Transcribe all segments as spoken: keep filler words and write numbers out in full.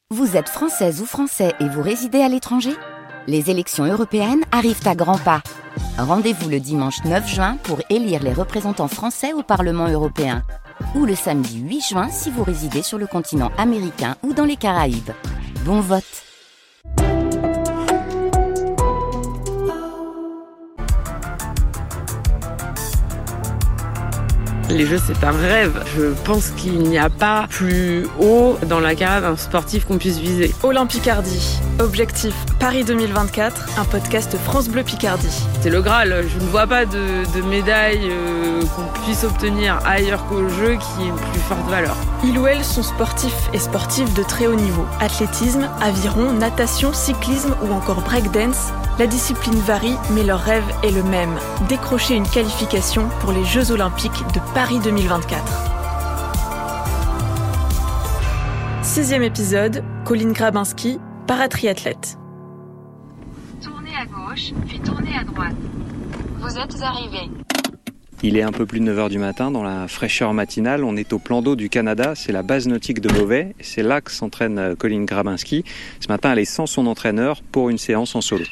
Vous êtes française ou français et vous résidez à l'étranger ? Les élections européennes arrivent à grands pas. Rendez-vous le dimanche neuf juin pour élire les représentants français au Parlement européen. Ou le samedi huit juin si vous résidez sur le continent américain ou dans les Caraïbes. Bon vote! Les Jeux, c'est un rêve. Je pense qu'il n'y a pas plus haut dans la carrière d'un sportif qu'on puisse viser. Olympicardi, objectif Paris deux mille vingt-quatre, un podcast France Bleu Picardie. C'est le Graal. Je ne vois pas de, de médaille euh, qu'on puisse obtenir ailleurs qu'aux Jeux qui ait une plus forte valeur. Ils ou elles sont sportifs et sportives de très haut niveau. Athlétisme, aviron, natation, cyclisme ou encore breakdance. La discipline varie, mais leur rêve est le même. Décrocher une qualification pour les Jeux Olympiques de Paris deux mille vingt-quatre. Sixième épisode, Colline Grabinski, paratriathlète. Tournez à gauche, puis tournez à droite. Vous êtes arrivé. Il est un peu plus de neuf heures du matin, dans la fraîcheur matinale. On est au plan d'eau du Canada, c'est la base nautique de Beauvais. C'est là que s'entraîne Colline Grabinski. Ce matin, elle est sans son entraîneur pour une séance en solo.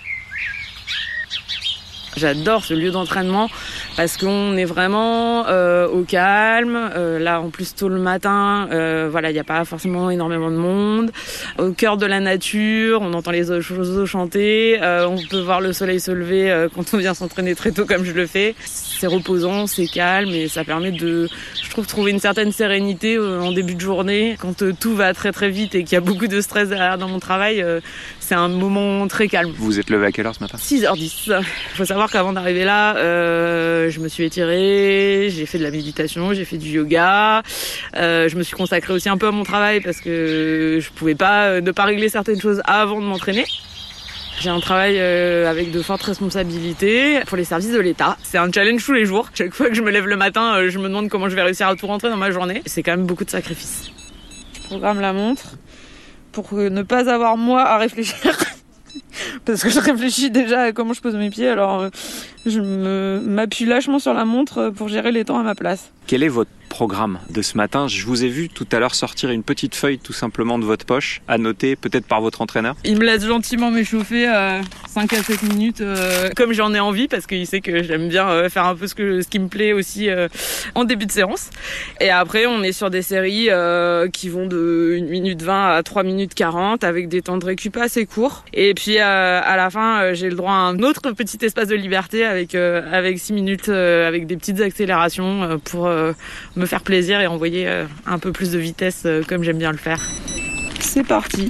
J'adore ce lieu d'entraînement parce qu'on est vraiment euh, au calme. Euh, là, en plus, tôt le matin, euh, voilà, il n'y a pas forcément énormément de monde. Au cœur de la nature, on entend les oiseaux chanter. Euh, on peut voir le soleil se lever euh, quand on vient s'entraîner très tôt comme je le fais. C'est reposant, c'est calme et ça permet de, je trouve, trouver une certaine sérénité euh, en début de journée. Quand euh, tout va très très vite et qu'il y a beaucoup de stress derrière dans mon travail, euh, c'est un moment très calme. Vous vous êtes levé à quelle heure ce matin ? six heures dix. Il faut savoir qu'avant d'arriver là, euh, je me suis étirée, j'ai fait de la méditation, j'ai fait du yoga. Euh, je me suis consacrée aussi un peu à mon travail parce que je pouvais pas euh, ne pas régler certaines choses avant de m'entraîner. J'ai un travail euh, avec de fortes responsabilités pour les services de l'État. C'est un challenge tous les jours. Chaque fois que je me lève le matin, euh, je me demande comment je vais réussir à tout rentrer dans ma journée. C'est quand même beaucoup de sacrifices. Je programme la montre pour ne pas avoir moi à réfléchir. Parce que je réfléchis déjà à comment je pose mes pieds, alors euh, je me, m'appuie lâchement sur la montre pour gérer les temps à ma place. Quel est votre programme de ce matin ? Je vous ai vu tout à l'heure sortir une petite feuille tout simplement de votre poche, à noter peut-être par votre entraîneur. Il me laisse gentiment m'échauffer euh, cinq à sept minutes euh, comme j'en ai envie parce qu'il sait que j'aime bien euh, faire un peu ce, que, ce qui me plaît aussi euh, en début de séance. Et après on est sur des séries euh, qui vont de une minute vingt à trois minutes quarante avec des temps de récup assez courts. Et puis euh, à la fin euh, j'ai le droit à un autre petit espace de liberté avec, euh, avec six minutes euh, avec des petites accélérations euh, pour euh, me faire plaisir et envoyer euh, un peu plus de vitesse euh, comme j'aime bien le faire. C'est parti.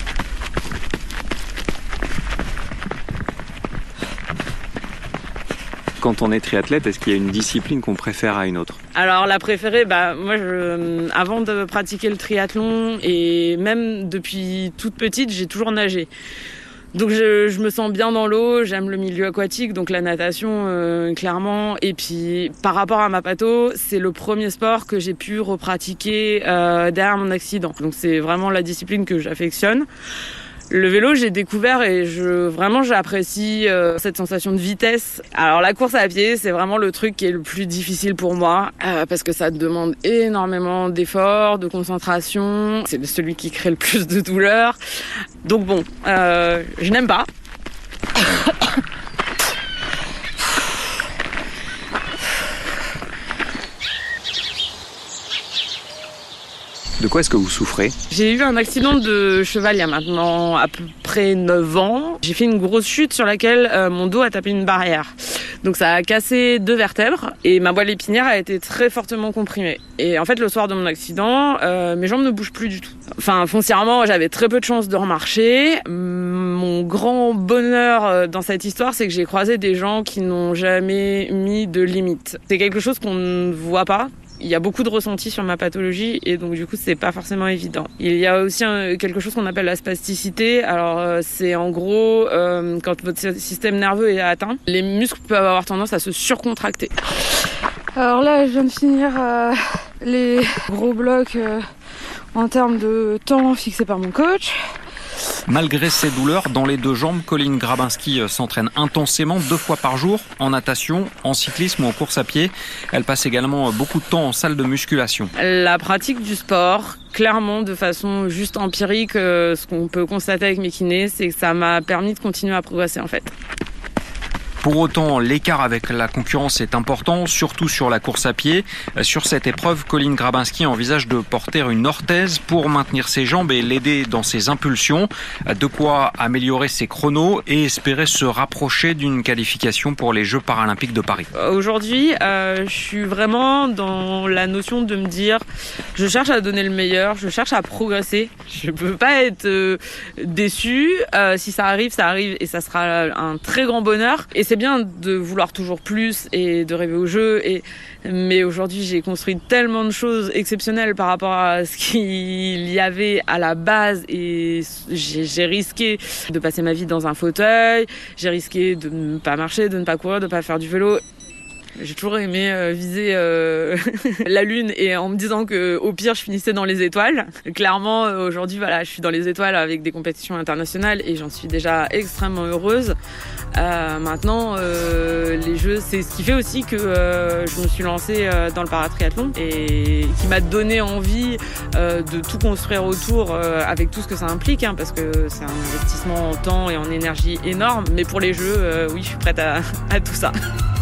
Quand on est triathlète, est-ce qu'il y a une discipline qu'on préfère à une autre ? Alors la préférée, bah moi, je, avant de pratiquer le triathlon et même depuis toute petite, j'ai toujours nagé. Donc je, je me sens bien dans l'eau, j'aime le milieu aquatique, donc la natation euh, clairement. Et puis par rapport à ma patho, c'est le premier sport que j'ai pu repratiquer euh, derrière mon accident. Donc c'est vraiment la discipline que j'affectionne. Le vélo, j'ai découvert et je vraiment j'apprécie euh, cette sensation de vitesse. Alors la course à pied, c'est vraiment le truc qui est le plus difficile pour moi euh, parce que ça demande énormément d'efforts, de concentration. C'est celui qui crée le plus de douleur. Donc bon, euh, je n'aime pas. De quoi est-ce que vous souffrez ? J'ai eu un accident de cheval il y a maintenant à peu près neuf ans. J'ai fait une grosse chute sur laquelle euh, mon dos a tapé une barrière. Donc ça a cassé deux vertèbres et ma moelle épinière a été très fortement comprimée. Et en fait, le soir de mon accident, euh, mes jambes ne bougent plus du tout. Enfin, foncièrement, j'avais très peu de chances de remarcher. Mon grand bonheur dans cette histoire, c'est que j'ai croisé des gens qui n'ont jamais mis de limite. C'est quelque chose qu'on ne voit pas. Il y a beaucoup de ressentis sur ma pathologie et donc du coup c'est pas forcément évident. Il y a aussi un, quelque chose qu'on appelle la spasticité. Alors euh, c'est en gros euh, quand votre système nerveux est atteint, les muscles peuvent avoir tendance à se surcontracter. Alors là je viens de finir euh, les gros blocs euh, en termes de temps fixés par mon coach. Malgré ses douleurs dans les deux jambes, Colline Grabinski s'entraîne intensément deux fois par jour en natation, en cyclisme ou en course à pied. Elle passe également beaucoup de temps en salle de musculation. La pratique du sport, clairement de façon juste empirique, euh, ce qu'on peut constater avec mes kinés, c'est que ça m'a permis de continuer à progresser en fait. Pour autant, l'écart avec la concurrence est important, surtout sur la course à pied. Sur cette épreuve, Colline Grabinski envisage de porter une orthèse pour maintenir ses jambes et l'aider dans ses impulsions. De quoi améliorer ses chronos et espérer se rapprocher d'une qualification pour les Jeux paralympiques de Paris. Aujourd'hui, euh, je suis vraiment dans la notion de me dire, je cherche à donner le meilleur, je cherche à progresser. Je peux pas être euh, déçue. Euh, si ça arrive, ça arrive et ça sera un très grand bonheur. Et c'est bien de vouloir toujours plus et de rêver au jeu, et... mais aujourd'hui j'ai construit tellement de choses exceptionnelles par rapport à ce qu'il y avait à la base, et j'ai, j'ai risqué de passer ma vie dans un fauteuil, j'ai risqué de ne pas marcher, de ne pas courir, de ne pas faire du vélo. J'ai toujours aimé euh, viser euh, la lune, et en me disant que au pire je finissais dans les étoiles. Clairement euh, aujourd'hui voilà, je suis dans les étoiles avec des compétitions internationales et j'en suis déjà extrêmement heureuse. Euh, maintenant euh, les jeux, c'est ce qui fait aussi que euh, je me suis lancée euh, dans le paratriathlon et qui m'a donné envie euh, de tout construire autour euh, avec tout ce que ça implique, hein, parce que c'est un investissement en temps et en énergie énorme. Mais pour les jeux, euh, oui, je suis prête à, à tout ça.